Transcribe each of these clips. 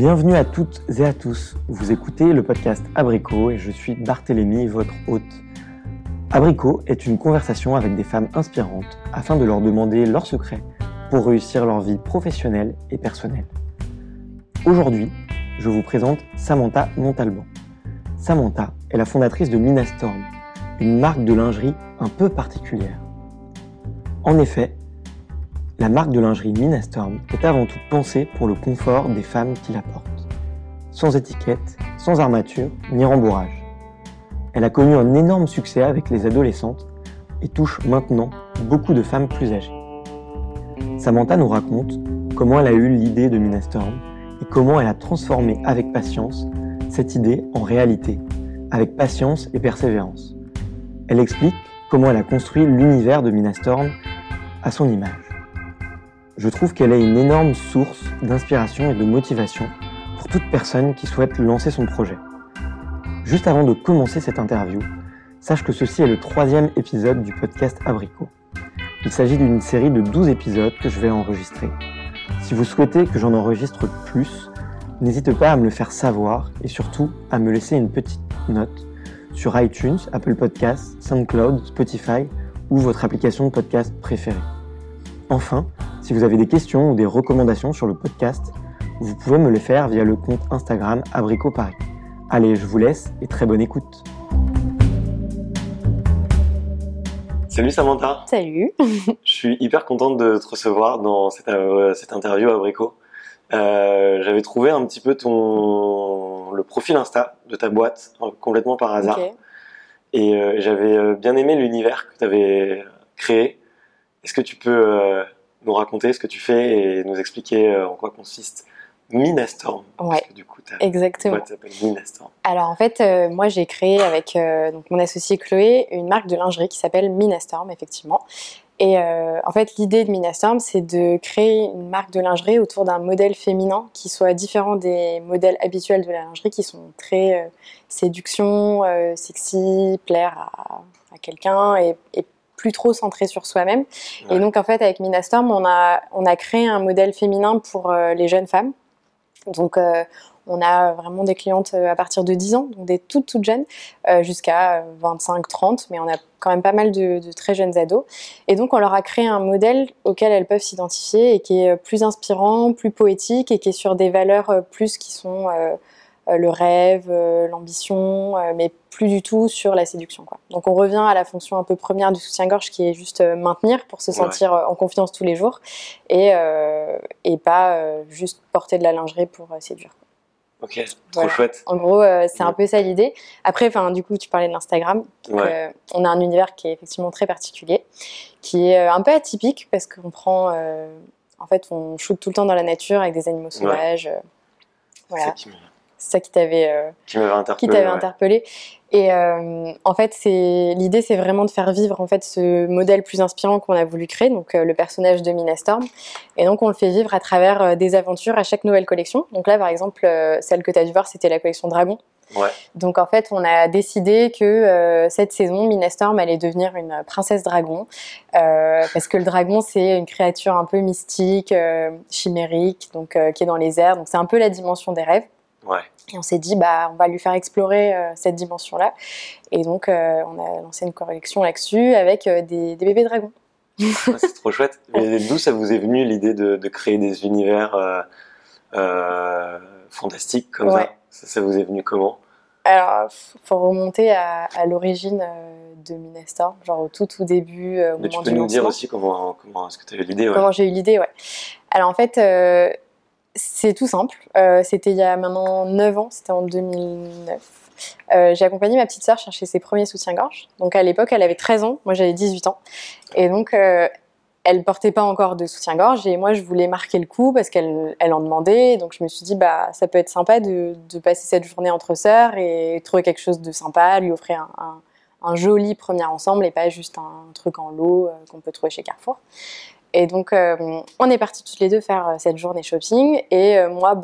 Bienvenue à toutes et à tous. Vous écoutez le podcast Abricot et je suis Barthélémy, votre hôte. Abricot est une conversation avec des femmes inspirantes afin de leur demander leurs secrets pour réussir leur vie professionnelle et personnelle. Aujourd'hui, je vous présente Samantha Montalban. Samantha est la fondatrice de Minastorm, une marque de lingerie un peu particulière. En effet, la marque de lingerie Minastorm est avant tout pensée pour le confort des femmes qui la portent. Sans étiquette, sans armature, ni rembourrage. Elle a connu un énorme succès avec les adolescentes et touche maintenant beaucoup de femmes plus âgées. Samantha nous raconte comment elle a eu l'idée de Minastorm et comment elle a transformé avec patience cette idée en réalité, avec patience et persévérance. Elle explique comment elle a construit l'univers de Minastorm à son image. Je trouve qu'elle est une énorme source d'inspiration et de motivation pour toute personne qui souhaite lancer son projet. Juste avant de commencer cette interview, sache que ceci est le 3e épisode du podcast Abricot. Il s'agit d'une série de 12 épisodes que je vais enregistrer. Si vous souhaitez que j'en enregistre plus, n'hésitez pas à me le faire savoir et surtout à me laisser une petite note sur iTunes, Apple Podcasts, SoundCloud, Spotify ou votre application de podcast préférée. Enfin, si vous avez des questions ou des recommandations sur le podcast, vous pouvez me les faire via le compte Instagram Abricot Paris. Allez, je vous laisse et très bonne écoute. Salut Samantha. Salut. Je suis hyper contente de te recevoir dans cette interview Abricot. J'avais trouvé un petit peu le profil Insta de ta boîte complètement par hasard. Okay. Et j'avais bien aimé l'univers que tu avais créé. Est-ce que tu peux nous raconter ce que tu fais et nous expliquer en quoi consiste Minastorm? Ouais, parce que du coup, exactement. Ta boîte s'appelle Minastorm. Alors en fait, moi j'ai créé avec donc mon associée Chloé une marque de lingerie qui s'appelle Minastorm, effectivement. Et en fait, l'idée de Minastorm, c'est de créer une marque de lingerie autour d'un modèle féminin qui soit différent des modèles habituels de la lingerie qui sont très séduction, sexy, plaire à quelqu'un et plus trop centré sur soi-même. Ouais. Et donc en fait avec Minastorm, on a créé un modèle féminin pour les jeunes femmes. Donc on a vraiment des clientes à partir de 10 ans, donc des toutes jeunes, jusqu'à 25-30, mais on a quand même pas mal de très jeunes ados. Et donc on leur a créé un modèle auquel elles peuvent s'identifier et qui est plus inspirant, plus poétique et qui est sur des valeurs plus qui sont le rêve, l'ambition, mais plus du tout sur la séduction, quoi. Donc on revient à la fonction un peu première du soutien-gorge qui est juste maintenir pour se sentir en confiance tous les jours et pas juste porter de la lingerie pour séduire. Ok, trop chouette. En gros, c'est un peu ça l'idée. Après, du coup, tu parlais de l'Instagram. Donc, on a un univers qui est effectivement très particulier, qui est un peu atypique parce qu'on prend... en fait, on shoot tout le temps dans la nature avec des animaux sauvages. Voilà. C'est ça qui t'avait interpellé. Et en fait, l'idée, c'est vraiment de faire vivre en fait ce modèle plus inspirant qu'on a voulu créer, donc le personnage de Minastorm. Et donc, on le fait vivre à travers des aventures à chaque nouvelle collection. Donc là, par exemple, celle que tu as dû voir, c'était la collection Dragon. Ouais. Donc en fait, on a décidé que cette saison, Minastorm allait devenir une princesse dragon, parce que le dragon, c'est une créature un peu mystique, chimérique, donc qui est dans les airs. Donc c'est un peu la dimension des rêves. Ouais. Et on s'est dit, on va lui faire explorer cette dimension-là. Et donc, on a lancé une collection là-dessus avec des bébés dragons. C'est trop chouette. Et d'où ça vous est venu l'idée de créer des univers fantastiques comme ça vous est venu comment? Alors, faut remonter à l'origine de Minastorm, genre au tout début, au moment du lancement. Tu peux nous dire aussi comment est-ce que tu as eu l'idée? Comment j'ai eu l'idée, ouais. Alors en fait... c'est tout simple, c'était il y a maintenant 9 ans, c'était en 2009. J'ai accompagné ma petite sœur chercher ses premiers soutiens-gorge. Donc à l'époque, elle avait 13 ans, moi j'avais 18 ans. Et donc elle ne portait pas encore de soutien-gorge et moi je voulais marquer le coup parce qu'elle en demandait. Donc je me suis dit, ça peut être sympa de passer cette journée entre sœurs et trouver quelque chose de sympa, lui offrir un joli premier ensemble et pas juste un truc en lot qu'on peut trouver chez Carrefour. Et donc, on est partis toutes les deux faire cette journée shopping. Et moi,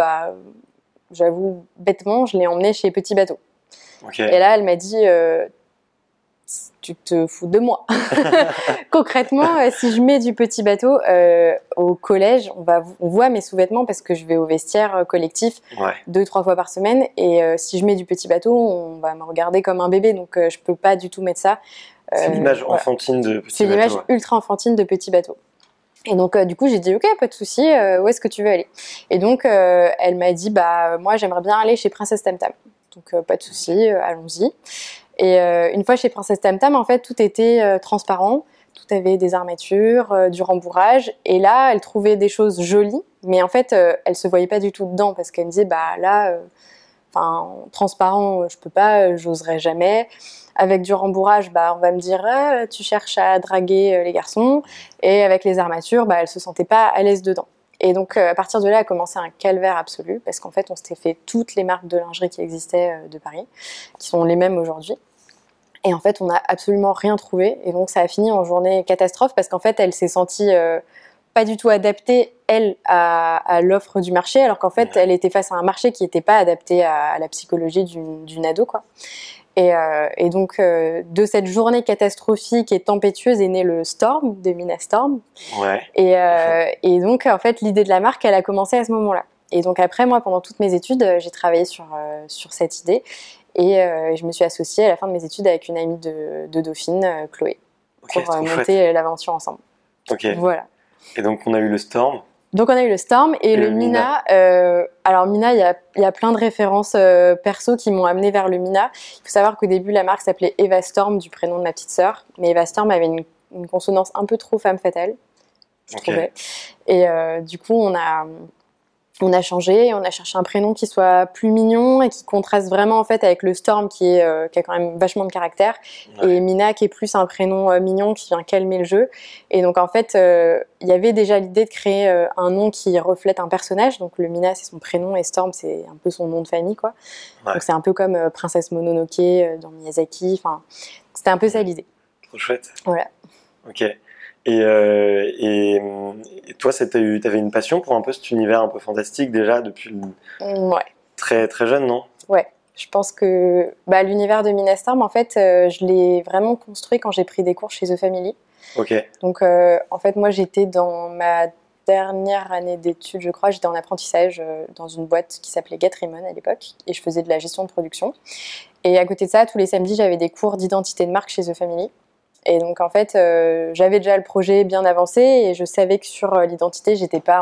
j'avoue, bêtement, je l'ai emmenée chez Petit Bateau. Okay. Et là, elle m'a dit, tu te fous de moi. Concrètement, si je mets du petit bateau au collège, on voit mes sous-vêtements parce que je vais au vestiaire collectif 2-3 fois par semaine. Et si je mets du petit bateau, on va me regarder comme un bébé. Donc, je peux pas du tout mettre ça. C'est l'image enfantine de petit bateau. C'est l'image ultra enfantine de petit bateau. Et donc, du coup, j'ai dit, ok, pas de souci, où est-ce que tu veux aller? Et donc, elle m'a dit, moi, j'aimerais bien aller chez Princesse Tam Tam. Donc, pas de souci, allons-y. Et une fois chez Princesse Tam Tam, en fait, tout était transparent. Tout avait des armatures, du rembourrage. Et là, elle trouvait des choses jolies. Mais en fait, elle se voyait pas du tout dedans parce qu'elle me disait, transparent, je peux pas, j'oserais jamais. Avec du rembourrage, on va me dire tu cherches à draguer les garçons. Et avec les armatures, elle se sentait pas à l'aise dedans. Et donc, à partir de là, a commencé un calvaire absolu parce qu'en fait, on s'était fait toutes les marques de lingerie qui existaient de Paris, qui sont les mêmes aujourd'hui. Et en fait, on n'a absolument rien trouvé. Et donc, ça a fini en journée catastrophe parce qu'en fait, elle s'est sentie pas du tout adaptée, elle, à l'offre du marché, alors qu'en fait, elle était face à un marché qui n'était pas adapté à la psychologie d'une ado, quoi. Et donc, de cette journée catastrophique et tempétueuse est né le Storm, de Mina Storm. Ouais. Et donc, en fait, l'idée de la marque, elle a commencé à ce moment-là. Et donc après, moi, pendant toutes mes études, j'ai travaillé sur cette idée. Et je me suis associée à la fin de mes études avec une amie de Dauphine, Chloé, pour monter l'aventure ensemble. Ok. Voilà. Et donc, on a eu le Storm. Donc on a eu le Storm et le Mina. Alors Mina, il y a plein de références perso qui m'ont amenée vers le Mina. Il faut savoir qu'au début, la marque s'appelait Eva Storm, du prénom de ma petite sœur. Mais Eva Storm avait une consonance un peu trop femme fatale, je trouvais. Et du coup, on a changé, on a cherché un prénom qui soit plus mignon et qui contraste vraiment en fait avec le Storm qui a quand même vachement de caractère, et Mina qui est plus un prénom mignon qui vient calmer le jeu. Et donc en fait, il y avait déjà l'idée de créer un nom qui reflète un personnage. Donc le Mina, c'est son prénom et Storm, c'est un peu son nom de famille, quoi. Donc c'est un peu comme Princesse Mononoke dans Miyazaki. Enfin, c'était un peu ça l'idée. Trop chouette. Voilà. Ok. Et toi, t'avais une passion pour un peu cet univers un peu fantastique déjà depuis très, très jeune, non? Ouais. Je pense que l'univers de Mina Storm, en fait, je l'ai vraiment construit quand j'ai pris des cours chez The Family. Ok. Donc, en fait, moi, j'étais dans ma dernière année d'études, je crois. J'étais en apprentissage dans une boîte qui s'appelait Get Raymond à l'époque, et je faisais de la gestion de production. Et à côté de ça, tous les samedis, j'avais des cours d'identité de marque chez The Family. Et donc en fait, j'avais déjà le projet bien avancé et je savais que sur l'identité, j'étais pas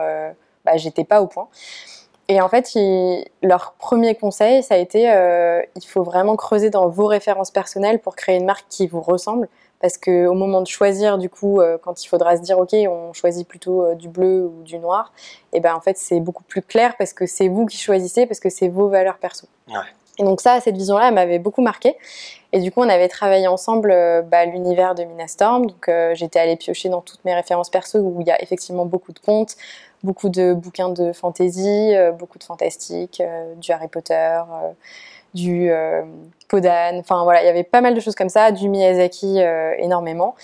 au point. Et en fait, leur premier conseil, ça a été il faut vraiment creuser dans vos références personnelles pour créer une marque qui vous ressemble. Parce qu'au moment de choisir, du coup, quand il faudra se dire ok, on choisit plutôt du bleu ou du noir, et en fait, c'est beaucoup plus clair parce que c'est vous qui choisissez, parce que c'est vos valeurs perso. Ouais. Et donc cette vision-là, elle m'avait beaucoup marquée. Et du coup, on avait travaillé ensemble l'univers de Mina Storm. Donc, j'étais allée piocher dans toutes mes références perso où il y a effectivement beaucoup de contes, beaucoup de bouquins de fantasy, beaucoup de fantastique, du Harry Potter, du Podan. Enfin, voilà, il y avait pas mal de choses comme ça, du Miyazaki énormément.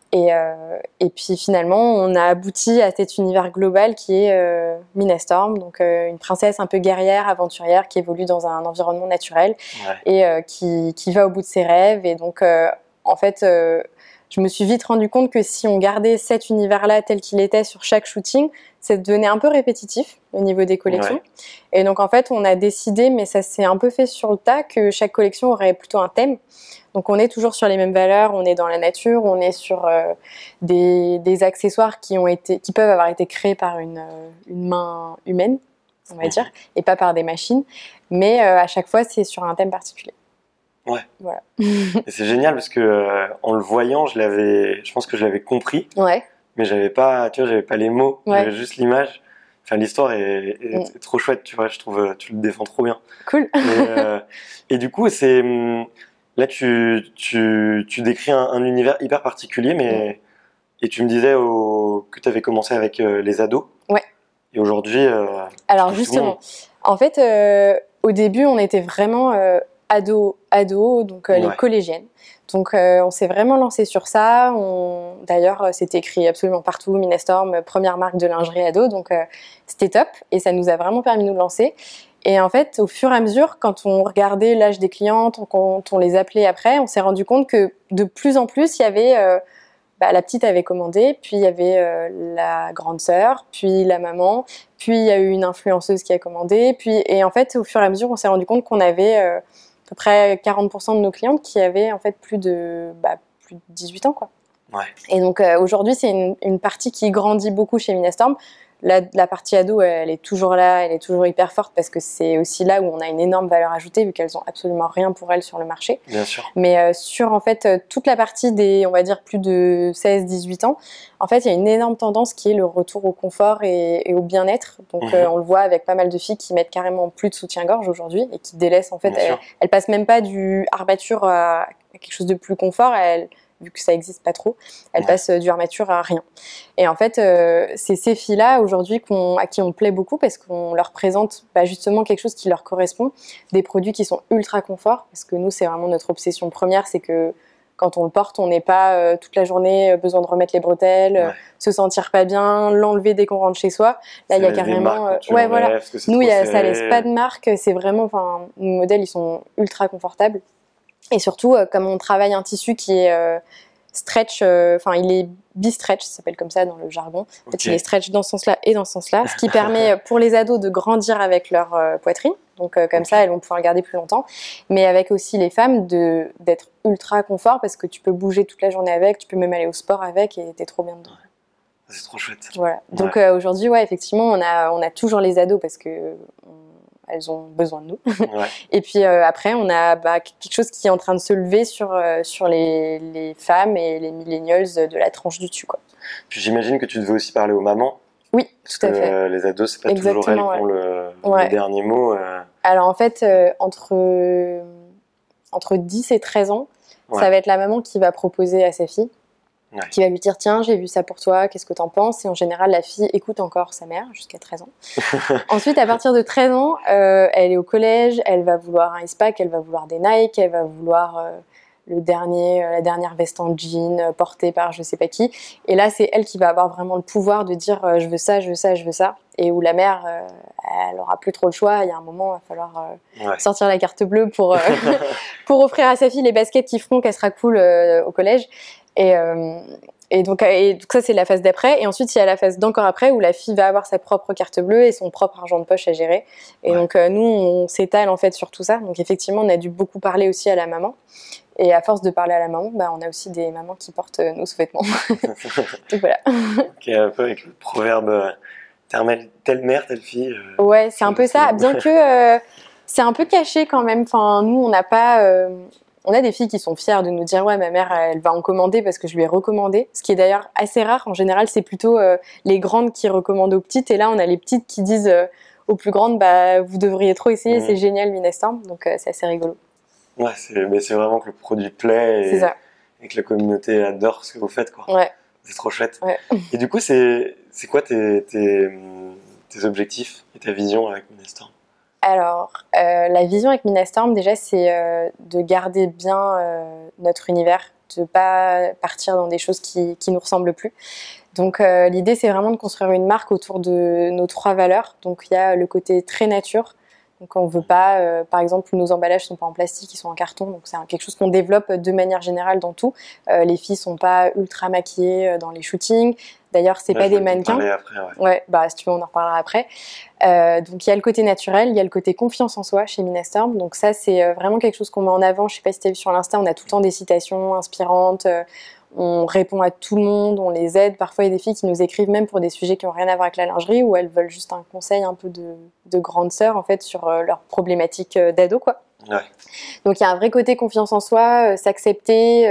Et puis finalement, on a abouti à cet univers global qui est Mina Storm, donc une princesse un peu guerrière, aventurière, qui évolue dans un environnement naturel et qui va au bout de ses rêves. Et donc, en fait, je me suis vite rendu compte que si on gardait cet univers-là tel qu'il était sur chaque shooting, ça devenait un peu répétitif au niveau des collections. Ouais. Et donc, en fait, on a décidé, mais ça s'est un peu fait sur le tas, que chaque collection aurait plutôt un thème. Donc on est toujours sur les mêmes valeurs, on est dans la nature, on est sur des accessoires qui peuvent avoir été créés par une main humaine, on va dire, et pas par des machines. Mais à chaque fois, c'est sur un thème particulier. Ouais. Voilà. Et c'est génial parce que en le voyant, je pense que je l'avais compris. Ouais. Mais j'avais pas les mots, j'avais juste l'image. Enfin, l'histoire est trop chouette, tu vois. Je trouve tu le défends trop bien. Cool. Et du coup, c'est là, tu décris un univers hyper particulier, mais et tu me disais que tu avais commencé avec les ados. Ouais. Et aujourd'hui. Alors justement, en fait, au début, on était vraiment ados, donc les collégiennes. Donc on s'est vraiment lancé sur ça. D'ailleurs, c'était écrit absolument partout, Mina Storm, première marque de lingerie ado. Donc c'était top et ça nous a vraiment permis de nous lancer. Et en fait, au fur et à mesure, quand on regardait l'âge des clientes, quand on les appelait après, on s'est rendu compte que de plus en plus, il y avait la petite avait commandé, puis il y avait la grande sœur, puis la maman, puis il y a eu une influenceuse qui a commandé, et en fait, au fur et à mesure, on s'est rendu compte qu'on avait à peu près 40% de nos clientes qui avaient en fait plus de 18 ans, quoi. Ouais. Et donc aujourd'hui, c'est une partie qui grandit beaucoup chez Minastorm. La partie ado, elle est toujours là, elle est toujours hyper forte parce que c'est aussi là où on a une énorme valeur ajoutée vu qu'elles ont absolument rien pour elles sur le marché. Bien sûr. Mais sur en fait toute la partie des, on va dire, plus de 16-18 ans, en fait, il y a une énorme tendance qui est le retour au confort et au bien-être. Donc on le voit avec pas mal de filles qui mettent carrément plus de soutien-gorge aujourd'hui et qui délaissent en fait, elles passent même pas du armature à quelque chose de plus confort, vu que ça n'existe pas trop, elles passent du armature à rien. Et en fait, c'est ces filles-là aujourd'hui à qui on plaît beaucoup parce qu'on leur présente justement quelque chose qui leur correspond, des produits qui sont ultra confort, parce que nous, c'est vraiment notre obsession première, c'est que quand on le porte, on n'est pas toute la journée besoin de remettre les bretelles, se sentir pas bien, l'enlever dès qu'on rentre chez soi. Là, il y a carrément... voilà. Nous, ça laisse pas de marque, c'est vraiment... nos modèles, ils sont ultra confortables. Et surtout, comme on travaille un tissu qui est stretch, il est bi-stretch, ça s'appelle comme ça dans le jargon. En fait, il est stretch dans ce sens-là et dans ce sens-là, ce qui permet pour les ados de grandir avec leur poitrine. Donc comme ça, elles vont pouvoir le garder plus longtemps. Mais avec aussi les femmes, d'être ultra confort parce que tu peux bouger toute la journée avec, tu peux même aller au sport avec et t'es trop bien dedans. C'est trop chouette. Voilà. Donc aujourd'hui, effectivement, on a toujours les ados parce que... elles ont besoin de nous. Et puis après, on a quelque chose qui est en train de se lever sur les femmes et les millennials de la tranche du dessus, quoi. Puis j'imagine que tu devais aussi parler aux mamans. Oui, tout à fait. Les ados, c'est pas toujours elles qui ont le dernier mot. Alors en fait, entre 10 et 13 ans, ça va être la maman qui va proposer à sa fille. Qui va lui dire tiens, j'ai vu ça pour toi, qu'est-ce que t'en penses? Et en général, la fille écoute encore sa mère jusqu'à 13 ans. Ensuite, à partir de 13 ans, elle est au collège, elle va vouloir un Ispac, elle va vouloir des Nike, elle va vouloir la dernière veste en jean portée par je sais pas qui. Et là, c'est elle qui va avoir vraiment le pouvoir de dire je veux ça, je veux ça, je veux ça. Et où la mère, elle aura plus trop le choix. Il y a un moment, il va falloir sortir la carte bleue pour offrir à sa fille les baskets qui feront qu'elle sera cool au collège. Et donc ça, c'est la phase d'après. Et ensuite, il y a la phase d'encore après où la fille va avoir sa propre carte bleue et son propre argent de poche à gérer. Et donc, nous, on s'étale en fait sur tout ça. Donc, effectivement, on a dû beaucoup parler aussi à la maman. Et à force de parler à la maman, on a aussi des mamans qui portent nos sous-vêtements. Donc, voilà. Un peu avec le proverbe telle mère, telle fille. Ouais, c'est un peu ça. Bien que c'est un peu caché quand même. Enfin, nous, on n'a pas... on a des filles qui sont fières de nous dire ouais, ma mère elle va en commander parce que je lui ai recommandé, ce qui est d'ailleurs assez rare. En général, c'est plutôt les grandes qui recommandent aux petites, et là on a les petites qui disent aux plus grandes vous devriez trop essayer, c'est génial Minastorm. Donc c'est assez rigolo. Ouais, c'est vraiment que le produit plaît et que la communauté adore ce que vous faites, quoi. Ouais. C'est trop chouette. Ouais. Et du coup, c'est quoi tes objectifs et ta vision avec Minastorm? Alors, la vision avec Minastorm, déjà, c'est de garder bien notre univers, de ne pas partir dans des choses qui nous ressemblent plus. Donc, l'idée, c'est vraiment de construire une marque autour de nos 3 valeurs. Donc, il y a le côté très nature. Donc, on ne veut pas, par exemple, nos emballages ne sont pas en plastique, ils sont en carton. Donc, c'est quelque chose qu'on développe de manière générale dans tout. Les filles ne sont pas ultra maquillées dans les shootings. D'ailleurs, c'est pas des mannequins. Après, si tu veux, on en reparlera après. Donc, il y a le côté naturel, il y a le côté confiance en soi chez Minastorm. Donc, ça, c'est vraiment quelque chose qu'on met en avant. Je sais pas si tu as vu sur l'Insta, on a tout le temps des citations inspirantes. On répond à tout le monde, on les aide. Parfois, il y a des filles qui nous écrivent même pour des sujets qui n'ont rien à voir avec la lingerie, ou elles veulent juste un conseil un peu de grande sœur, en fait, sur leurs problématiques d'ado, quoi. Ouais. Donc, il y a un vrai côté confiance en soi, s'accepter,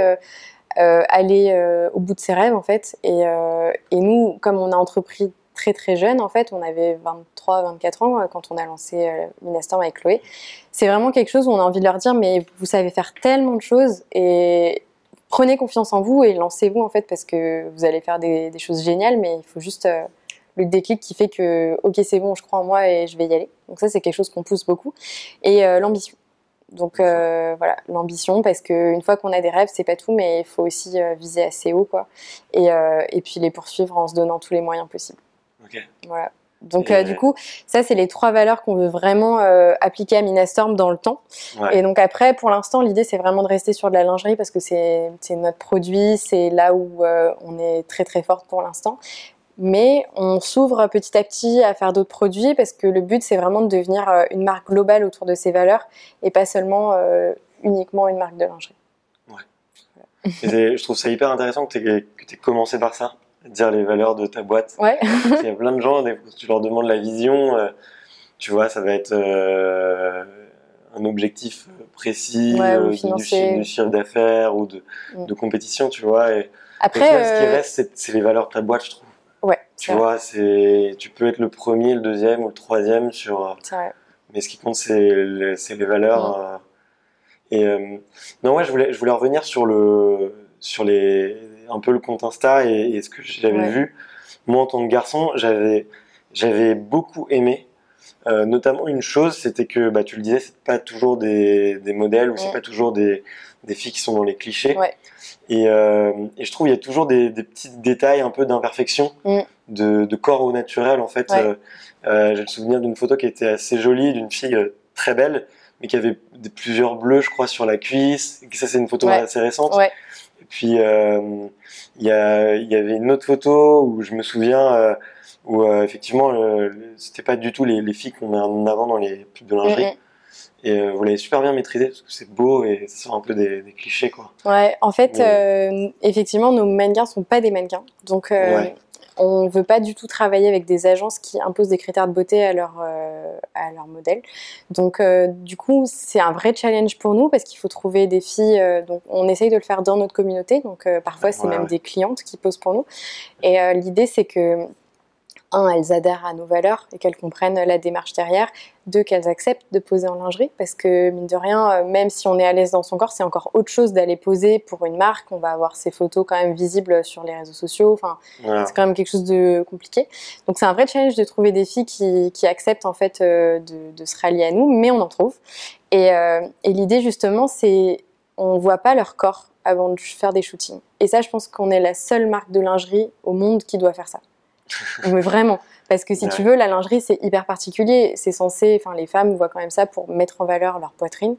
aller au bout de ses rêves, en fait. Et nous, comme on a entrepris très très jeune, en fait, on avait 23-24 ans quand on a lancé Minastorm avec Chloé. C'est vraiment quelque chose où on a envie de leur dire, mais vous savez faire tellement de choses, et prenez confiance en vous et lancez-vous, en fait, parce que vous allez faire des choses géniales, mais il faut juste le déclic qui fait que ok, c'est bon, je crois en moi et je vais y aller. Donc ça, c'est quelque chose qu'on pousse beaucoup. Et l'ambition. Donc voilà, l'ambition, parce qu'une fois qu'on a des rêves, c'est pas tout, mais il faut aussi viser assez haut, quoi. Et puis les poursuivre en se donnant tous les moyens possibles. Ok. Voilà. Donc du coup, ça c'est les 3 valeurs qu'on veut vraiment appliquer à Minastorm dans le temps. Et donc après, pour l'instant, l'idée c'est vraiment de rester sur de la lingerie parce que c'est notre produit, c'est là où on est très très forte pour l'instant. Mais on s'ouvre petit à petit à faire d'autres produits parce que le but c'est vraiment de devenir une marque globale autour de ces valeurs et pas seulement uniquement une marque de lingerie. Ouais. Je trouve ça hyper intéressant que tu aies commencé par ça. Dire les valeurs de ta boîte. Ouais. Il y a plein de gens, tu leur demandes la vision, tu vois, ça va être un objectif précis, du chiffre d'affaires ou de compétition, tu vois. Et après, ce qui reste, c'est les valeurs de ta boîte, je trouve. Ouais. Tu vois, tu peux être le premier, le deuxième ou le troisième sur. C'est vrai. Mais ce qui compte, c'est les valeurs. Non, ouais, je voulais revenir sur un peu le compte Insta et ce que j'avais vu. Moi, en tant que garçon, j'avais beaucoup aimé. Notamment une chose, c'était que, tu le disais, c'est pas toujours des modèles ou c'est pas toujours des filles qui sont dans les clichés. Ouais. Et je trouve il y a toujours des petits détails, un peu d'imperfection, de corps au naturel, en fait. Ouais. J'ai le souvenir d'une photo qui était assez jolie, d'une fille très belle, mais qui avait plusieurs bleus, je crois, sur la cuisse. Et ça, c'est une photo assez récente. Ouais. Et puis, il y avait une autre photo où je me souviens où effectivement, c'était pas du tout les filles qu'on met en avant dans les pubs de lingerie. Et vous l'avez super bien maîtrisé parce que c'est beau et ça sort un peu des clichés, quoi. Ouais, en fait, effectivement, nos mannequins sont pas des mannequins. Donc, on veut pas du tout travailler avec des agences qui imposent des critères de beauté à leur modèle. Donc, du coup, c'est un vrai challenge pour nous parce qu'il faut trouver des filles. Donc, on essaye de le faire dans notre communauté. Donc, parfois, c'est même des clientes qui posent pour nous. Et l'idée, c'est que elles adhèrent à nos valeurs et qu'elles comprennent la démarche derrière. 2, qu'elles acceptent de poser en lingerie parce que, mine de rien, même si on est à l'aise dans son corps, c'est encore autre chose d'aller poser pour une marque. On va avoir ses photos quand même visibles sur les réseaux sociaux. Enfin, c'est quand même quelque chose de compliqué. Donc, c'est un vrai challenge de trouver des filles qui acceptent en fait de se rallier à nous, mais on en trouve. Et l'idée, justement, c'est on voit pas leur corps avant de faire des shootings. Et ça, je pense qu'on est la seule marque de lingerie au monde qui doit faire ça. Mais vraiment, parce que si tu veux, la lingerie c'est hyper particulier, c'est censé, enfin les femmes voient quand même ça pour mettre en valeur leur poitrine,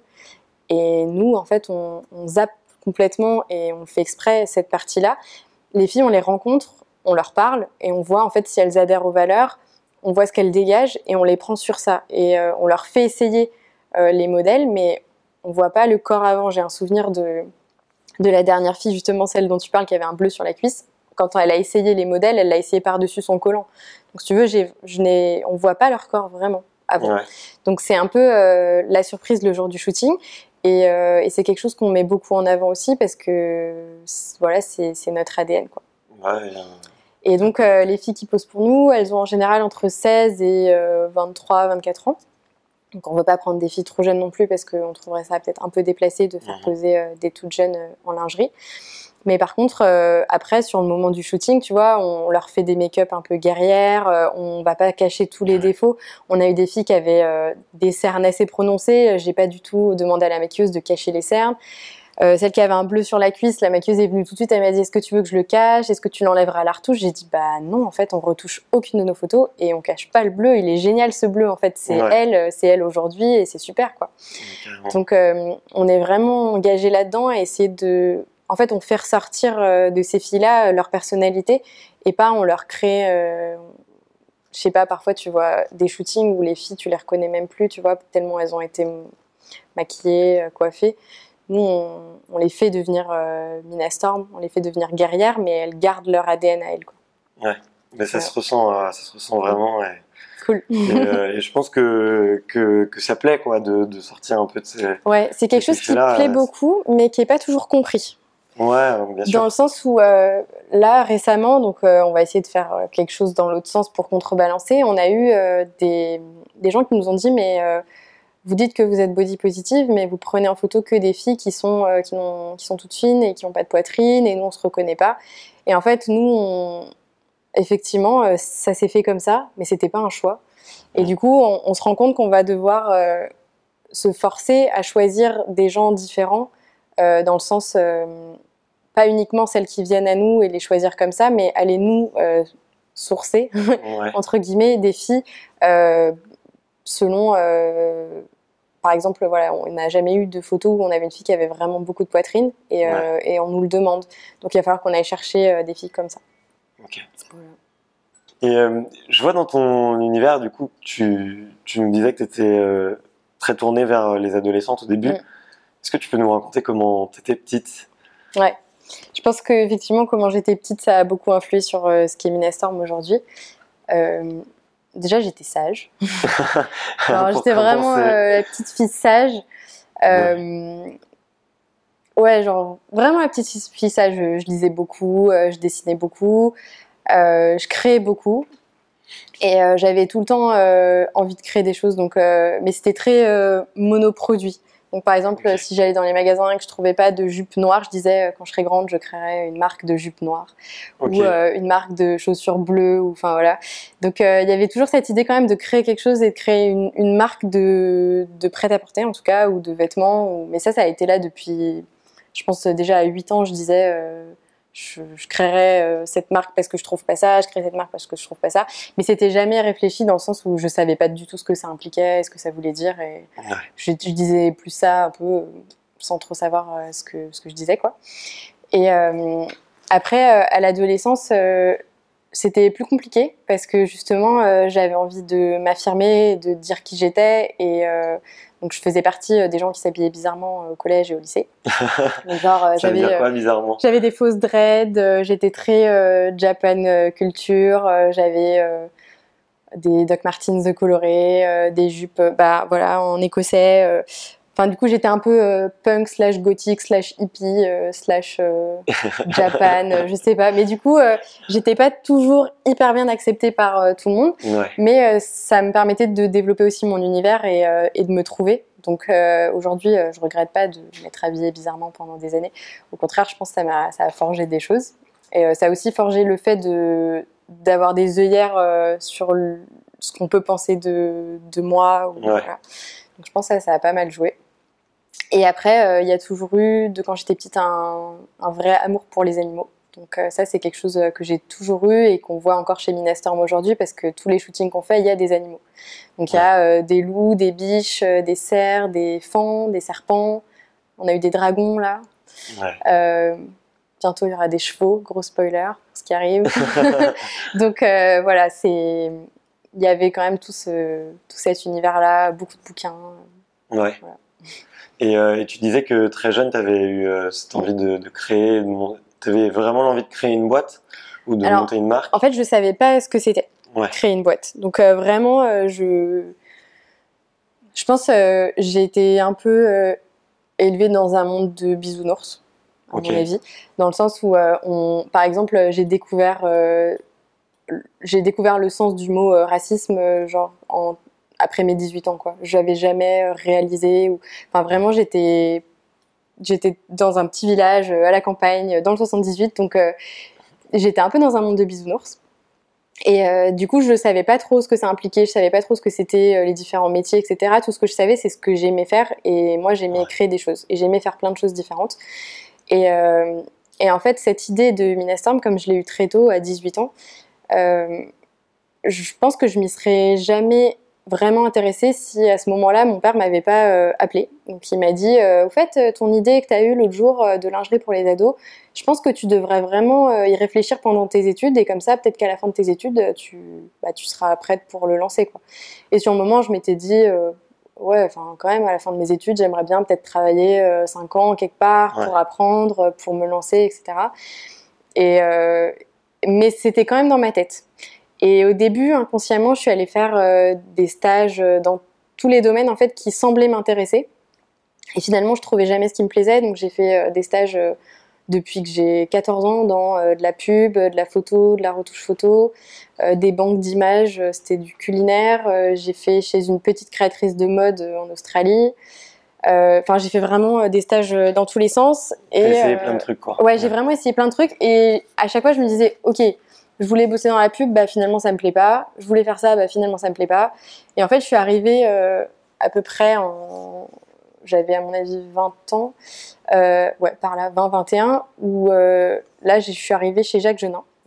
et nous en fait on zappe complètement et on fait exprès cette partie-là. Les filles on les rencontre, on leur parle et on voit en fait si elles adhèrent aux valeurs, on voit ce qu'elles dégagent et on les prend sur ça et on leur fait essayer les modèles, mais on voit pas le corps avant. J'ai un souvenir de la dernière fille, justement celle dont tu parles, qui avait un bleu sur la cuisse. Quand elle a essayé les modèles, elle l'a essayé par-dessus son collant. Donc, si tu veux, on voit pas leur corps vraiment avant. Ouais. Donc, c'est un peu la surprise le jour du shooting. Et c'est quelque chose qu'on met beaucoup en avant aussi parce que voilà, c'est notre ADN, quoi. Ouais. Et donc, les filles qui posent pour nous, elles ont en général entre 16 et 23, 24 ans. Donc, on ne veut pas prendre des filles trop jeunes non plus parce qu'on trouverait ça peut-être un peu déplacé de faire poser des toutes jeunes en lingerie. Mais par contre, après, sur le moment du shooting, tu vois, on leur fait des make-up un peu guerrières, on va pas cacher tous les défauts. On a eu des filles qui avaient des cernes assez prononcées, j'ai pas du tout demandé à la maquilleuse de cacher les cernes. Celle qui avait un bleu sur la cuisse, la maquilleuse est venue tout de suite, elle m'a dit « Est-ce que tu veux que je le cache ? Est-ce que tu l'enlèveras à la retouche » J'ai dit « Bah non, en fait, on retouche aucune de nos photos et on cache pas le bleu, il est génial ce bleu, en fait, c'est elle aujourd'hui et c'est super, quoi. » Donc, on est vraiment engagés là-dedans à essayer de... En fait, on fait ressortir de ces filles-là leur personnalité et pas on leur crée... je sais pas, parfois tu vois des shootings où les filles, tu les reconnais même plus, tu vois, tellement elles ont été maquillées, coiffées. Nous, on les fait devenir Minastorm, on les fait devenir guerrières, mais elles gardent leur ADN à elles, quoi. Ouais, mais ça se ressent vraiment. Ouais. Cool. Et je pense que ça plaît, quoi, de sortir un peu de ces... Ouais, c'est quelque chose qui plaît beaucoup, mais qui est pas toujours compris. Ouais, bien sûr. Dans le sens où, là, récemment, donc on va essayer de faire quelque chose dans l'autre sens pour contrebalancer, on a eu des gens qui nous ont dit « Mais vous dites que vous êtes body positive, mais vous prenez en photo que des filles qui sont toutes fines et qui n'ont pas de poitrine, et nous, on se reconnaît pas. » Et en fait, nous, effectivement, ça s'est fait comme ça, mais c'était pas un choix. Et du coup, on se rend compte qu'on va devoir se forcer à choisir des gens différents, dans le sens... pas uniquement celles qui viennent à nous et les choisir comme ça, mais aller nous sourcer, Ouais. entre guillemets, des filles selon... par exemple, voilà, on n'a jamais eu de photo où on avait une fille qui avait vraiment beaucoup de poitrine et on nous le demande. Donc il va falloir qu'on aille chercher des filles comme ça. Ok. Voilà. Et je vois dans ton univers, du coup, tu nous disais que tu étais très tournée vers les adolescentes au début. Est-ce que tu peux nous raconter comment tu étais petite? Ouais. Je pense qu'effectivement, comment j'étais petite, ça a beaucoup influé sur ce qu'est Minastorm aujourd'hui. Déjà, j'étais sage. Alors, j'étais vraiment la petite fille sage. Ouais, genre vraiment la petite fille sage. Je lisais beaucoup, je dessinais beaucoup, je créais beaucoup. Et j'avais tout le temps envie de créer des choses, donc, mais c'était très monoproduit. Donc par exemple, si j'allais dans les magasins et que je trouvais pas de jupe noire, je disais quand je serais grande, je créerais une marque de jupe noire ou une marque de chaussures bleues. Enfin voilà. Donc il y avait toujours cette idée quand même de créer quelque chose et de créer une marque de prêt-à-porter en tout cas ou de vêtements. Mais ça a été là depuis, je pense déjà à 8 ans, je disais. Je créerais cette marque parce que je trouve pas ça, je crée cette marque parce que je trouve pas ça. Mais c'était jamais réfléchi dans le sens où je savais pas du tout ce que ça impliquait, ce que ça voulait dire. Et je disais plus ça un peu sans trop savoir ce que je disais, quoi. Et après, à l'adolescence, c'était plus compliqué parce que justement, j'avais envie de m'affirmer, de dire qui j'étais. Et donc, je faisais partie des gens qui s'habillaient bizarrement au collège et au lycée. Donc, genre, ça veut dire quoi, bizarrement? J'avais des fausses dreads, j'étais très Japan culture, j'avais des Doc Martens colorés, des jupes voilà, en écossais. Enfin, du coup, j'étais un peu punk / gothique / hippie / Japan, je sais pas. Mais du coup, j'étais pas toujours hyper bien acceptée par tout le monde. Mais ça me permettait de développer aussi mon univers et de me trouver. Donc aujourd'hui, je regrette pas de m'être habillée bizarrement pendant des années. Au contraire, je pense que ça a forgé des choses. Et ça a aussi forgé le fait d'avoir des œillères sur ce qu'on peut penser de moi. Voilà. Donc je pense que ça a pas mal joué. Et après, il y a toujours eu, quand j'étais petite, un vrai amour pour les animaux. Donc ça, c'est quelque chose que j'ai toujours eu et qu'on voit encore chez Minastorm aujourd'hui parce que tous les shootings qu'on fait, il y a des animaux. Donc il y a des loups, des biches, des cerfs, des fans, des serpents. On a eu des dragons là. Bientôt, il y aura des chevaux, gros spoiler, ce qui arrive. Donc voilà, il y avait quand même tout cet univers-là, beaucoup de bouquins. Ouais. Voilà. Et tu disais que très jeune, tu avais eu cette envie de créer, tu avais vraiment l'envie de créer une boîte ou de monter une marque? En fait, je ne savais pas ce que c'était, créer une boîte. Donc vraiment, je pense j'ai été un peu élevée dans un monde de bisounours, à mon avis. Dans le sens où, par exemple, j'ai découvert le sens du mot racisme genre après mes 18 ans, quoi. Je n'avais jamais réalisé. Enfin, vraiment, j'étais dans un petit village à la campagne, dans le 78. Donc, j'étais un peu dans un monde de bisounours. Et du coup, je ne savais pas trop ce que ça impliquait. Je ne savais pas trop ce que c'était les différents métiers, etc. Tout ce que je savais, c'est ce que j'aimais faire. Et moi, j'aimais créer des choses. Et j'aimais faire plein de choses différentes. Et en fait, cette idée de Minastorm, comme je l'ai eue très tôt, à 18 ans, je pense que je m'y serais jamais vraiment intéressée si à ce moment-là mon père m'avait pas appelée. Donc il m'a dit au fait ton idée que tu as eue l'autre jour de lingerie pour les ados, je pense que tu devrais vraiment y réfléchir pendant tes études et comme ça peut-être qu'à la fin de tes études tu seras prête pour le lancer, quoi. Et sur le moment je m'étais dit ouais, enfin quand même à la fin de mes études j'aimerais bien peut-être travailler 5 ans quelque part pour apprendre, pour me lancer, etc. Mais c'était quand même dans ma tête. Et au début, inconsciemment, je suis allée faire des stages dans tous les domaines en fait qui semblaient m'intéresser. Et finalement, je trouvais jamais ce qui me plaisait, donc j'ai fait des stages depuis que j'ai 14 ans dans de la pub, de la photo, de la retouche photo, des banques d'images, c'était du culinaire. J'ai fait chez une petite créatrice de mode en Australie. Enfin, j'ai fait vraiment des stages dans tous les sens. T'as essayé plein de trucs, quoi. Ouais, j'ai vraiment essayé plein de trucs. Et à chaque fois, je me disais, ok, je voulais bosser dans la pub, finalement, ça me plaît pas. Je voulais faire ça, finalement, ça me plaît pas. Et en fait, je suis arrivée à peu près j'avais à mon avis 20 ans, par là, 20-21, où là, je suis arrivée chez Jacques Genin,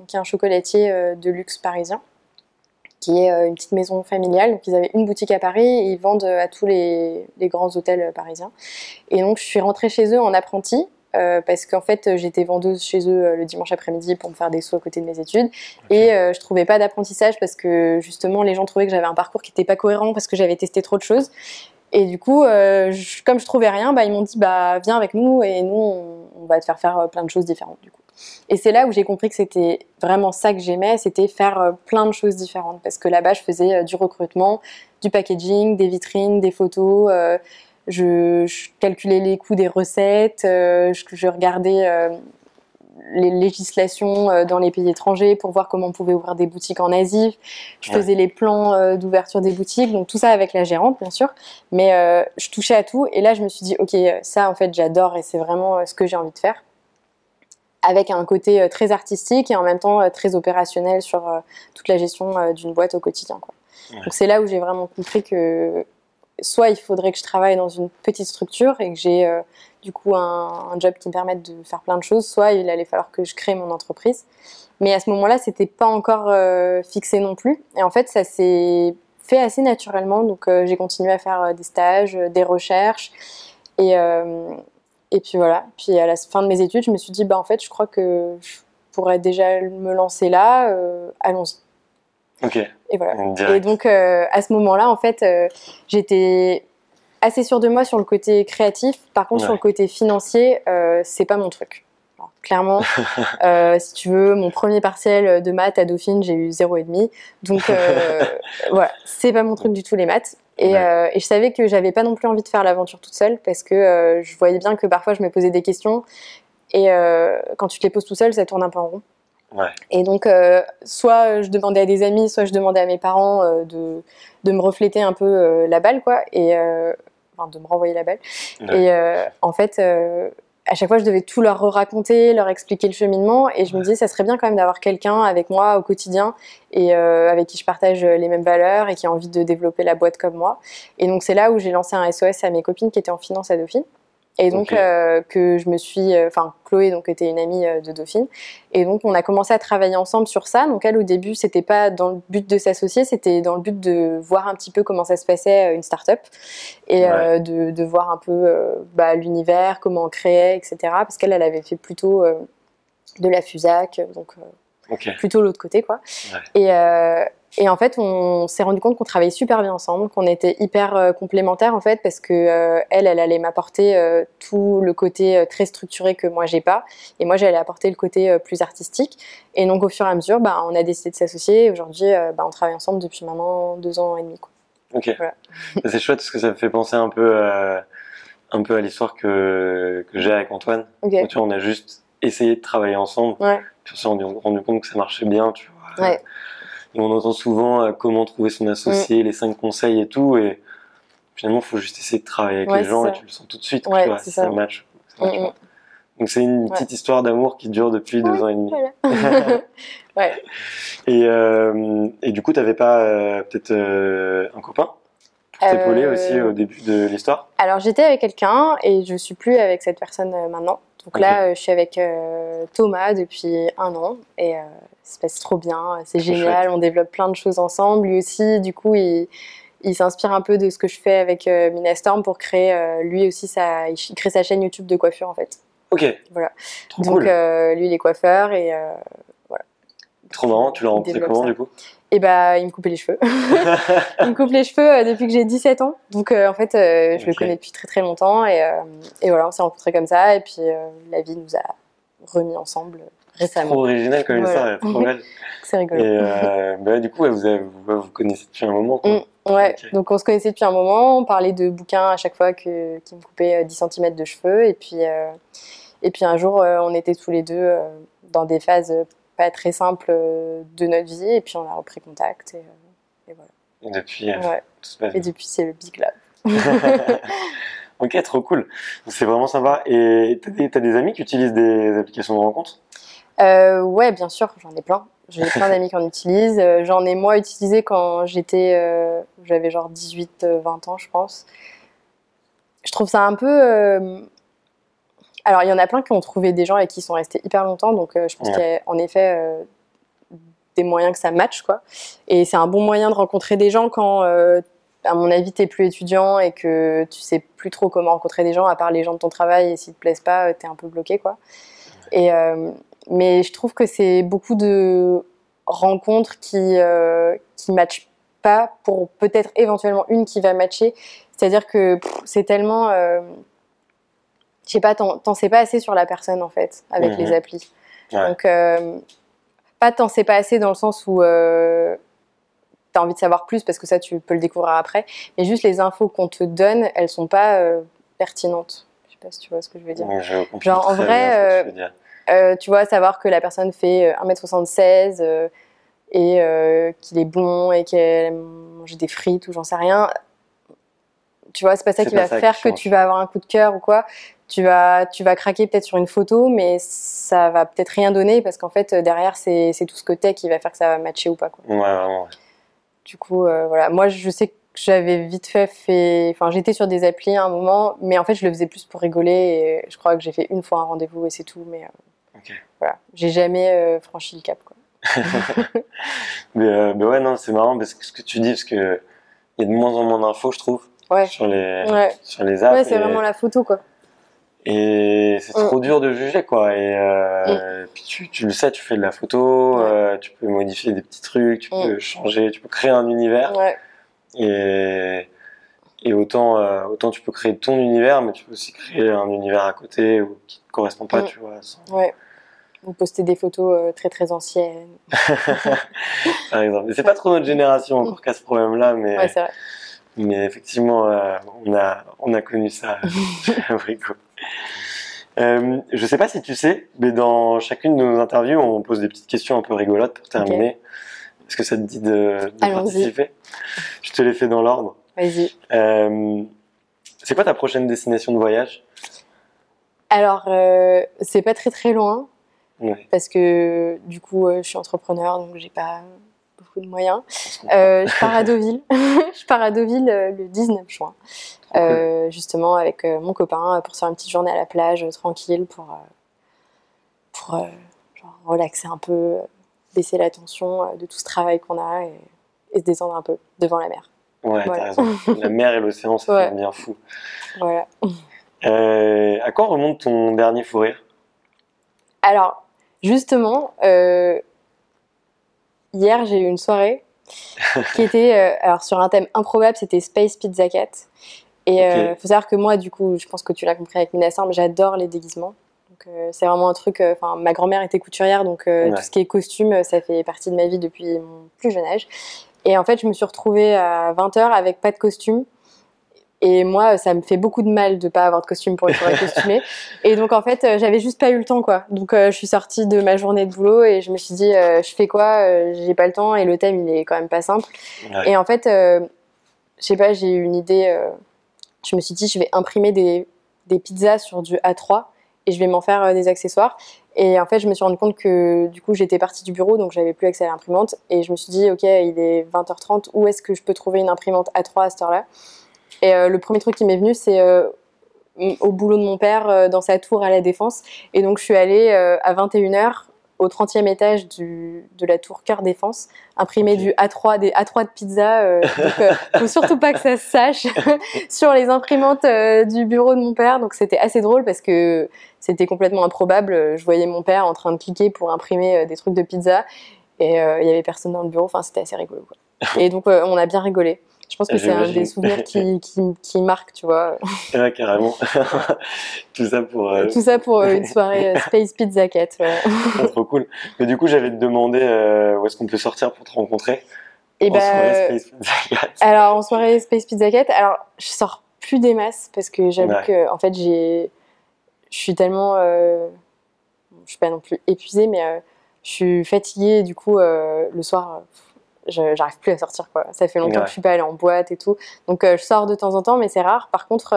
qui est un chocolatier de luxe parisien, qui est une petite maison familiale. Donc ils avaient une boutique à Paris et ils vendent à tous les grands hôtels parisiens. Et donc je suis rentrée chez eux en apprenti. Parce qu'en fait j'étais vendeuse chez eux le dimanche après-midi pour me faire des sous à côté de mes études. Et je trouvais pas d'apprentissage parce que justement les gens trouvaient que j'avais un parcours qui était pas cohérent parce que j'avais testé trop de choses. Et du coup comme je trouvais rien, ils m'ont dit viens avec nous et nous on va te faire plein de choses différentes du coup. Et c'est là où j'ai compris que c'était vraiment ça que j'aimais, c'était faire plein de choses différentes parce que là-bas je faisais du recrutement, du packaging, des vitrines, des photos. Je calculais les coûts des recettes, je regardais les législations dans les pays étrangers pour voir comment on pouvait ouvrir des boutiques en Asie. Je faisais les plans d'ouverture des boutiques, donc tout ça avec la gérante bien sûr, mais je touchais à tout et là je me suis dit ok, ça en fait j'adore et c'est vraiment ce que j'ai envie de faire, avec un côté très artistique et en même temps très opérationnel sur toute la gestion d'une boîte au quotidien, quoi. Donc c'est là où j'ai vraiment compris que soit il faudrait que je travaille dans une petite structure et que j'ai du coup un job qui me permette de faire plein de choses, soit il allait falloir que je crée mon entreprise. Mais à ce moment-là, c'était pas encore fixé non plus. Et en fait, ça s'est fait assez naturellement. Donc j'ai continué à faire des stages, des recherches. Et puis voilà. Puis à la fin de mes études, je me suis dit, en fait, je crois que je pourrais déjà me lancer là. Allons-y. Ok. Et voilà. Et donc à ce moment-là, en fait, j'étais assez sûre de moi sur le côté créatif. Par contre, sur le côté financier, c'est pas mon truc. Alors, clairement, si tu veux, mon premier partiel de maths à Dauphine, j'ai eu 0,5. Donc voilà, c'est pas mon truc du tout les maths. Et je savais que j'avais pas non plus envie de faire l'aventure toute seule parce que je voyais bien que parfois je me posais des questions et quand tu te les poses tout seul, ça tourne un peu en rond. Et donc, soit je demandais à des amis, soit je demandais à mes parents de me refléter un peu la balle, quoi, et de me renvoyer la balle. Et en fait, à chaque fois, je devais tout leur raconter, leur expliquer le cheminement, et je me disais, ça serait bien quand même d'avoir quelqu'un avec moi au quotidien et avec qui je partage les mêmes valeurs et qui a envie de développer la boîte comme moi. Et donc, c'est là où j'ai lancé un SOS à mes copines qui étaient en finance à Dauphine. Et donc que je me suis, Chloé donc était une amie de Dauphine, et donc on a commencé à travailler ensemble sur ça. Donc elle au début c'était pas dans le but de s'associer, c'était dans le but de voir un petit peu comment ça se passait une start-up et de voir un peu l'univers, comment on créait, etc. Parce qu'elle avait fait plutôt de la FUSAC, donc plutôt l'autre côté quoi. Et en fait, on s'est rendu compte qu'on travaillait super bien ensemble, qu'on était hyper complémentaires en fait, parce que elle allait m'apporter tout le côté très structuré que moi j'ai pas, et moi j'allais apporter le côté plus artistique. Et donc au fur et à mesure, on a décidé de s'associer. Et aujourd'hui, on travaille ensemble depuis maintenant 2 ans et demi, quoi. Ok. Voilà. C'est chouette parce que ça me fait penser un peu à l'histoire que j'ai avec Antoine. Où, tu vois, on a juste essayé de travailler ensemble, puis on s'est rendu compte que ça marchait bien, tu vois. Et on entend souvent comment trouver son associé, les 5 conseils et tout, et finalement il faut juste essayer de travailler avec les gens et tu le sens tout de suite, tu vois, si ça match. Donc c'est une petite histoire d'amour qui dure depuis 2 ans et demi. Voilà. Et du coup t'avais pas peut-être un copain pour t'épauler aussi au début de l'histoire? Alors j'étais avec quelqu'un et je suis plus avec cette personne maintenant. Donc là, je suis avec Thomas depuis 1 an et ça se passe trop bien, c'est génial, chouette. On développe plein de choses ensemble. Lui aussi, du coup, il s'inspire un peu de ce que je fais avec Minastorm pour créer, lui aussi, il crée sa chaîne YouTube de coiffure en fait. Ok. Voilà. Trop donc cool. Lui, il est coiffeur et voilà. Trop marrant, tu l'as rencontré comment du coup? Et il me coupait les cheveux. Il me coupe les cheveux depuis que j'ai 17 ans. Donc en fait, je le connais depuis très très longtemps et voilà, on s'est rencontrés comme ça et puis la vie nous a remis ensemble récemment. Trop original comme ça, trop belle. C'est rigolo. Et du coup, vous connaissez depuis un moment, quoi. Donc on se connaissait depuis un moment, on parlait de bouquins à chaque fois qu'il me coupait 10 cm de cheveux et puis un jour on était tous les deux dans des phases pas très simple de notre vie et puis on a repris contact et voilà. Et depuis, tout se passe bien. Et depuis c'est le big love. Ok, trop cool. C'est vraiment sympa. Et t'as des amis qui utilisent des applications de rencontres? Ouais, bien sûr, j'en ai plein. J'ai plein d'amis qui en utilisent. J'en ai moi utilisé quand j'avais genre 18-20 ans, je pense. Je trouve ça un peu... Alors, il y en a plein qui ont trouvé des gens avec qui ils sont restés hyper longtemps. Donc, je pense qu'en effet, des moyens que ça matche, quoi. Et c'est un bon moyen de rencontrer des gens quand, à mon avis, t'es plus étudiant et que tu sais plus trop comment rencontrer des gens, à part les gens de ton travail, et s'ils te plaisent pas, t'es un peu bloqué, quoi. Et, mais je trouve que c'est beaucoup de rencontres qui matchent pas pour peut-être éventuellement une qui va matcher. C'est-à-dire que c'est tellement... je sais pas, t'en sais pas assez sur la personne, en fait, avec les applis. Ouais. Donc, pas t'en sais pas assez dans le sens où t'as envie de savoir plus, parce que ça, tu peux le découvrir après. Mais juste les infos qu'on te donne, elles sont pas pertinentes. Je sais pas si tu vois ce que je veux dire. Ouais, genre, en vrai... tu vois, savoir que la personne fait 1m76 et qu'il est bon et qu'elle mange des frites ou j'en sais rien. Tu vois, c'est pas ça qui va faire que tu vas avoir un coup de cœur ou quoi. Tu vas craquer peut-être sur une photo, mais ça va peut-être rien donner parce qu'en fait, derrière, c'est tout ce que t'es qui va faire que ça va matcher ou pas, quoi. Ouais, vraiment. Du coup, voilà. Moi, je sais que j'avais vite fait... Enfin, j'étais sur des applis à un moment, mais en fait, je le faisais plus pour rigoler et je crois que j'ai fait une fois un rendez-vous et c'est tout, mais... Voilà, j'ai jamais franchi le cap, quoi. mais ouais, non, c'est marrant parce que ce que tu dis, parce que il y a de moins en moins d'infos, je trouve, sur les apps. Ouais, c'est vraiment la photo, quoi. Et c'est trop dur de juger, quoi. Et puis tu le sais, tu fais de la photo, tu peux modifier des petits trucs, tu peux changer, tu peux créer un univers. Et autant tu peux créer ton univers, mais tu peux aussi créer un univers à côté qui ne correspond pas, tu vois. Ou poster des photos très très anciennes. Par exemple. Mais c'est pas trop notre génération encore qu'à ce problème-là, mais, c'est vrai. Mais effectivement, on a connu ça chez Abrico. Je sais pas si tu sais, mais dans chacune de nos interviews, on pose des petites questions un peu rigolotes pour terminer. Est-ce que ça te dit de participer ? Je te les fais dans l'ordre. Vas-y. C'est quoi ta prochaine destination de voyage ? Alors, c'est pas très très loin. Parce que du coup je suis entrepreneur, donc j'ai pas beaucoup de moyens. Je pars à Deauville. Je pars à Deauville le 19 juin, justement avec mon copain pour faire une petite journée à la plage tranquille pour genre relaxer un peu, baisser la tension de tout ce travail qu'on a et se détendre un peu devant la mer. Ouais, voilà. T'as raison. La mer et l'océan, ça fait bien fou. Voilà. À quoi remonte ton dernier fou rire ? Alors, justement, hier, j'ai eu une soirée qui était alors sur un thème improbable, c'était Space Pizza Cat. Et faut savoir que moi, du coup, je pense que tu l'as compris avec Minastorm, j'adore les déguisements. Donc, c'est vraiment un truc... ma grand-mère était couturière, donc tout ce qui est costume, ça fait partie de ma vie depuis mon plus jeune âge. Et en fait, je me suis retrouvée à 20h avec pas de costume. Et moi, ça me fait beaucoup de mal de pas avoir de costume pour une soirée costumée. Et donc, en fait, j'avais juste pas eu le temps, quoi. Donc, je suis sortie de ma journée de boulot et je me suis dit, je fais quoi ? J'ai pas le temps et le thème, il est quand même pas simple. Et en fait, je sais pas, j'ai eu une idée. Je me suis dit, je vais imprimer des pizzas sur du A3 et je vais m'en faire des accessoires. Et en fait, je me suis rendu compte que du coup, j'étais partie du bureau, donc j'avais plus accès à l'imprimante. Et je me suis dit, ok, il est 20h30, où est-ce que je peux trouver une imprimante A3 à cette heure-là ? Et le premier truc qui m'est venu, c'est au boulot de mon père, dans sa tour à la Défense. Et donc, je suis allée à 21h au 30e étage de la tour Cœur Défense, imprimer des A3 de pizza. Donc, faut surtout pas que ça se sache sur les imprimantes du bureau de mon père. Donc, c'était assez drôle parce que c'était complètement improbable. Je voyais mon père en train de cliquer pour imprimer des trucs de pizza. Et il y avait personne dans le bureau. Enfin, c'était assez rigolo, quoi. Et donc, on a bien rigolé. Je pense que c'est un des souvenirs qui marque, tu vois. Ouais, carrément. Tout ça pour une soirée Space Pizza Cat. Voilà. C'est trop cool. Mais du coup, j'allais te demander où est-ce qu'on peut sortir pour te rencontrer soirée Space Pizza Cat. Alors, en soirée Space Pizza Cat, alors, je sors plus des masses parce que j'avoue que, en fait, je suis tellement... je suis pas non plus épuisée, mais je suis fatiguée. Du coup, le soir... j'arrive plus à sortir, quoi. Ça fait longtemps que je suis pas allée en boîte et tout. Donc je sors de temps en temps, mais c'est rare. Par contre,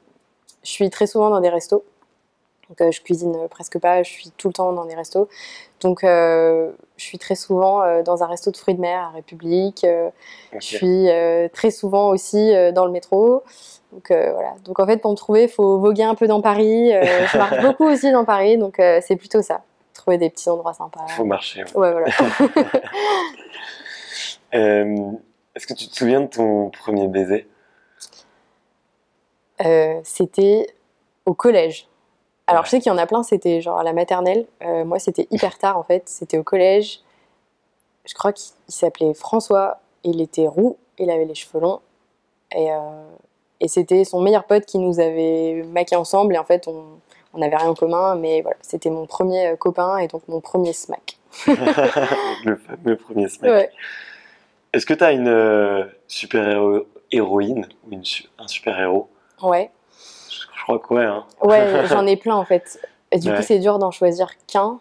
je suis très souvent dans des restos. Donc je cuisine presque pas, je suis tout le temps dans des restos. Donc je suis très souvent dans un resto de fruits de mer à République. Je suis très souvent aussi dans le métro. Donc voilà. Donc en fait, pour me trouver, il faut voguer un peu dans Paris. Je marche beaucoup aussi dans Paris, donc c'est plutôt ça. trouver des petits endroits sympas. Faut marcher. Ouais, voilà. Est-ce que tu te souviens de ton premier baiser? C'était au collège. Alors, je sais qu'il y en a plein, c'était genre à la maternelle. Moi, c'était hyper tard, en fait. C'était au collège. Je crois qu'il s'appelait François. Il était roux. Il avait les cheveux longs. Et c'était son meilleur pote qui nous avait maqués ensemble. Et en fait, on n'avait rien en commun. Mais voilà, c'était mon premier copain et donc mon premier smack. Le fameux premier smack. Ouais. Est-ce que tu as une super-héroïne ou un super-héros? Ouais. Je crois que ouais. Hein. Ouais, j'en ai plein en fait. Et du Ouais. coup, c'est dur d'en choisir qu'un.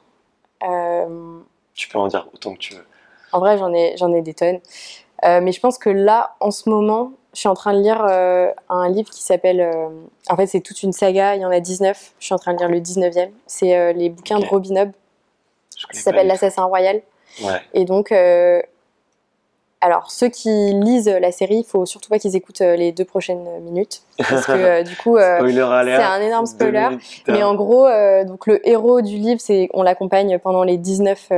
Tu peux en dire autant que tu veux. En vrai, j'en ai des tonnes. Mais je pense que là, en ce moment, je suis en train de lire un livre qui s'appelle... en fait, c'est toute une saga, il y en a 19. Je suis en train de lire le 19e. C'est les bouquins de Robin Hobb. Ça s'appelle L'Assassin Royal. Ouais. Et donc... alors, ceux qui lisent la série, il faut surtout pas qu'ils écoutent les 2 prochaines minutes. Parce que du coup, Spoiler alert, c'est un énorme spoiler. 2 minutes plus tard. Mais en gros, donc le héros du livre, on l'accompagne pendant les 19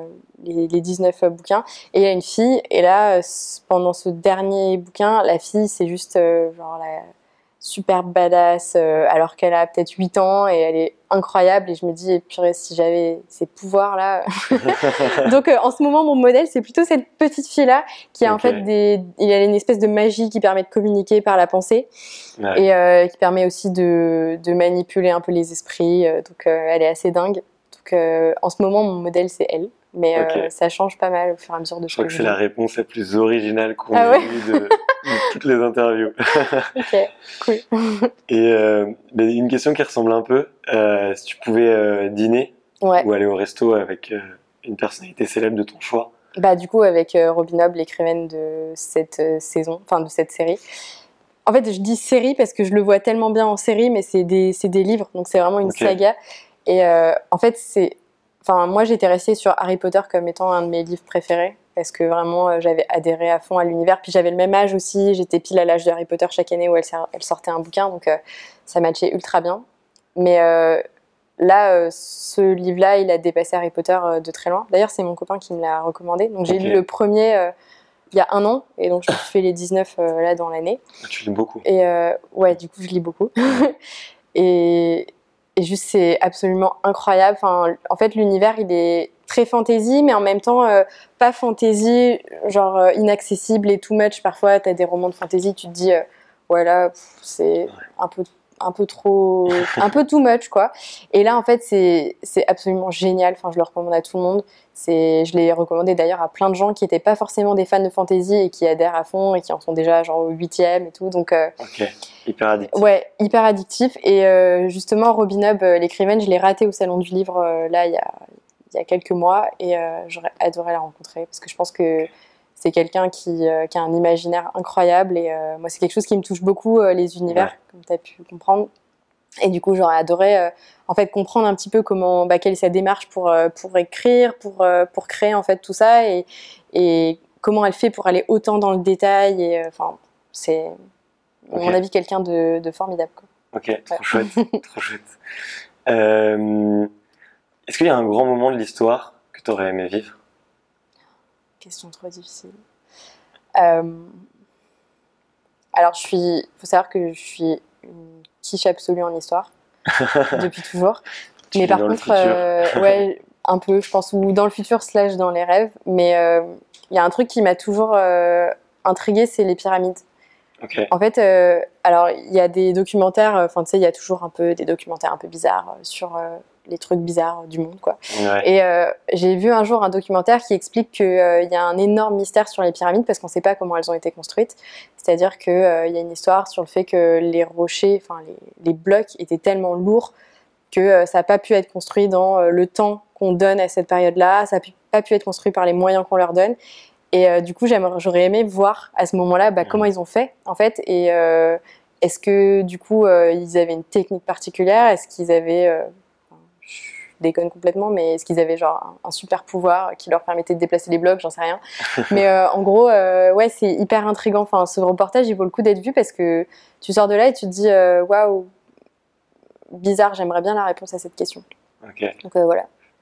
bouquins. Et il y a une fille. Et là, pendant ce dernier bouquin, la fille, c'est juste genre la super badass, alors qu'elle a peut-être 8 ans et elle est incroyable. Et je me dis, purée, si j'avais ces pouvoirs-là. Donc en ce moment, mon modèle, c'est plutôt cette petite fille-là qui a en fait il a une espèce de magie qui permet de communiquer par la pensée et qui permet aussi de manipuler un peu les esprits. Donc elle est assez dingue. Donc en ce moment, mon modèle, c'est elle. Mais ça change pas mal au fur et à mesure de Je crois que c'est la réponse la plus originale qu'on Ah ait ouais. eue de toutes les interviews. Ok, cool. Et une question qui ressemble un peu, si tu pouvais dîner ou aller au resto avec une personnalité célèbre de ton choix. Bah du coup avec Robin Hobb, l'écrivaine de cette saison, enfin de cette série. En fait, je dis série parce que je le vois tellement bien en série, mais c'est des livres, donc c'est vraiment une saga. Et en fait, moi, j'étais restée sur Harry Potter comme étant un de mes livres préférés parce que vraiment, j'avais adhéré à fond à l'univers. Puis j'avais le même âge aussi. J'étais pile à l'âge de Harry Potter chaque année où elle sortait un bouquin, donc ça matchait ultra bien. Mais là, ce livre-là, il a dépassé Harry Potter de très loin. D'ailleurs, c'est mon copain qui me l'a recommandé. Donc j'ai lu le premier il y a 1 an, et donc je me suis fait les 19 là dans l'année. Tu lis beaucoup. Et ouais, du coup, je lis beaucoup. Et juste, c'est absolument incroyable. Enfin, en fait, l'univers, il est très fantasy, mais en même temps, pas fantasy, genre inaccessible et too much. Parfois, t'as des romans de fantasy, tu te dis, voilà, c'est un peu trop, un peu too much, quoi. Et là, en fait, c'est absolument génial. Enfin, je le recommande à tout le monde. Je l'ai recommandé d'ailleurs à plein de gens qui n'étaient pas forcément des fans de fantasy et qui adhèrent à fond et qui en sont déjà genre au 8e et tout. Donc, hyper addictif. Ouais, hyper addictif. Et justement, Robin Hobb, l'écrivaine, je l'ai ratée au Salon du Livre là, il y a quelques mois, et j'aurais adoré la rencontrer parce que je pense que c'est quelqu'un qui a un imaginaire incroyable, et moi, c'est quelque chose qui me touche beaucoup, les univers, comme tu as pu comprendre. Et du coup, j'aurais adoré en fait comprendre un petit peu quelle est sa démarche pour écrire, pour créer en fait tout ça, et comment elle fait pour aller autant dans le détail. Et enfin, c'est à mon avis quelqu'un de formidable, quoi. Ok, trop chouette, trop chouette. Est-ce qu'il y a un grand moment de l'histoire que tu aurais aimé vivre? Question trop difficile. Alors, faut savoir que je suis une quiche absolue en histoire depuis toujours. Mais par contre, ouais, un peu, je pense, ou dans le futur / dans les rêves. Mais il y a un truc qui m'a toujours intriguée, c'est les pyramides. En fait, alors il y a des documentaires, enfin tu sais, il y a toujours un peu des documentaires un peu bizarres sur les trucs bizarres du monde, quoi. Et j'ai vu un jour un documentaire qui explique qu'il y a un énorme mystère sur les pyramides parce qu'on ne sait pas comment elles ont été construites. C'est-à-dire qu'il y a une histoire sur le fait que les rochers, enfin les blocs étaient tellement lourds que ça n'a pas pu être construit dans le temps qu'on donne à cette période-là, ça n'a pas pu être construit par les moyens qu'on leur donne. Et du coup, j'aurais aimé voir à ce moment-là comment ils ont fait, en fait. Et est-ce que, du coup, ils avaient une technique particulière? Est-ce qu'ils avaient... je déconne complètement, mais est-ce qu'ils avaient genre un super pouvoir qui leur permettait de déplacer les blocs? J'en sais rien. Mais en gros, ouais, c'est hyper intriguant. Enfin, ce reportage, il vaut le coup d'être vu parce que tu sors de là et tu te dis waouh, bizarre, j'aimerais bien la réponse à cette question. Donc voilà.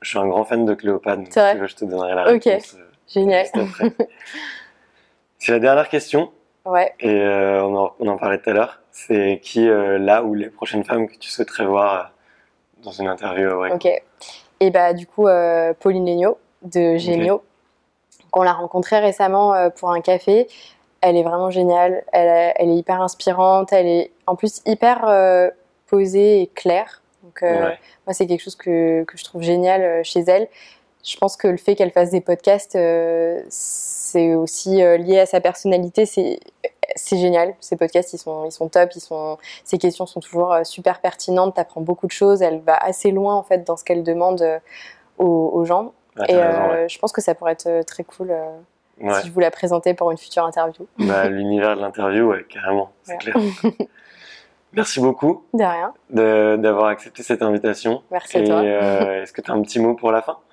Je suis un grand fan de Cléopâtre, donc C'est vrai si tu veux, je te donnerai la Ok. réponse Génial. juste après. C'est la dernière question, Ouais. et on en parlait tout à l'heure. C'est qui, là, ou les prochaines femmes que tu souhaiterais voir dans une interview Ok. Et bah du coup, Pauline Léniaud de Géniaux, qu'on l'a rencontrée récemment pour un café. Elle est vraiment géniale. Elle est hyper inspirante. Elle est en plus hyper posée et claire. Donc moi, c'est quelque chose que je trouve génial chez elle. Je pense que le fait qu'elle fasse des podcasts, c'est aussi lié à sa personnalité. C'est génial. Ces podcasts, ils sont top. Ces questions sont toujours super pertinentes. Tu apprends beaucoup de choses. Elle va assez loin en fait dans ce qu'elle demande aux gens. Ah, et raison, je pense que ça pourrait être très cool si je vous la présentais pour une future interview. Bah, l'univers de l'interview, carrément, c'est clair. Merci beaucoup De rien. D'avoir accepté cette invitation. Merci à toi. Est-ce que tu as un petit mot pour la fin?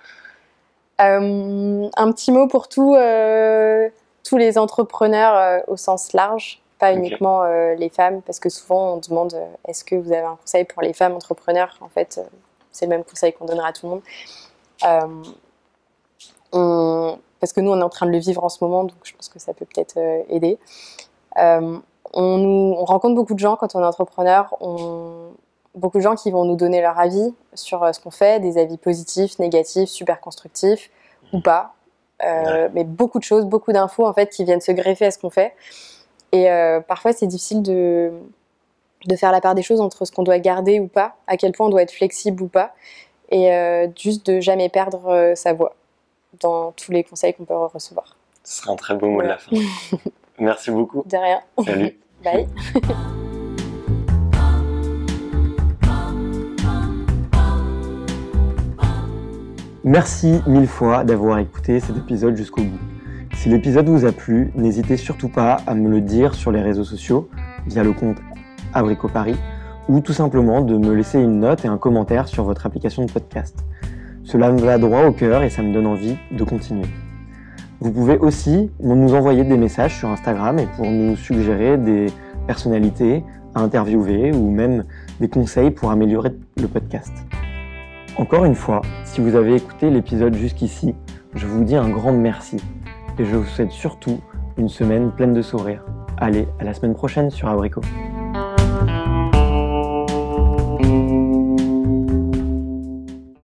Un petit mot pour tous les entrepreneurs au sens large, pas uniquement les femmes, parce que souvent on demande est-ce que vous avez un conseil pour les femmes entrepreneurs? En fait, c'est le même conseil qu'on donnera à tout le monde. Parce que nous, on est en train de le vivre en ce moment, donc je pense que ça peut peut-être aider. On rencontre beaucoup de gens quand on est entrepreneur, beaucoup de gens qui vont nous donner leur avis sur ce qu'on fait, des avis positifs, négatifs, super constructifs ou pas. Mais beaucoup de choses, beaucoup d'infos en fait qui viennent se greffer à ce qu'on fait. Et parfois, c'est difficile de faire la part des choses entre ce qu'on doit garder ou pas, à quel point on doit être flexible ou pas, et juste de jamais perdre sa voix dans tous les conseils qu'on peut recevoir. Ce sera un très beau mot de la fin. Merci beaucoup. De rien. Salut. Bye. Merci 1000 fois d'avoir écouté cet épisode jusqu'au bout. Si l'épisode vous a plu, n'hésitez surtout pas à me le dire sur les réseaux sociaux via le compte Abricot Paris ou tout simplement de me laisser une note et un commentaire sur votre application de podcast. Cela me va droit au cœur et ça me donne envie de continuer. Vous pouvez aussi nous envoyer des messages sur Instagram et pour nous suggérer des personnalités à interviewer ou même des conseils pour améliorer le podcast. Encore une fois, si vous avez écouté l'épisode jusqu'ici, je vous dis un grand merci et je vous souhaite surtout une semaine pleine de sourires. Allez, à la semaine prochaine sur Abricot.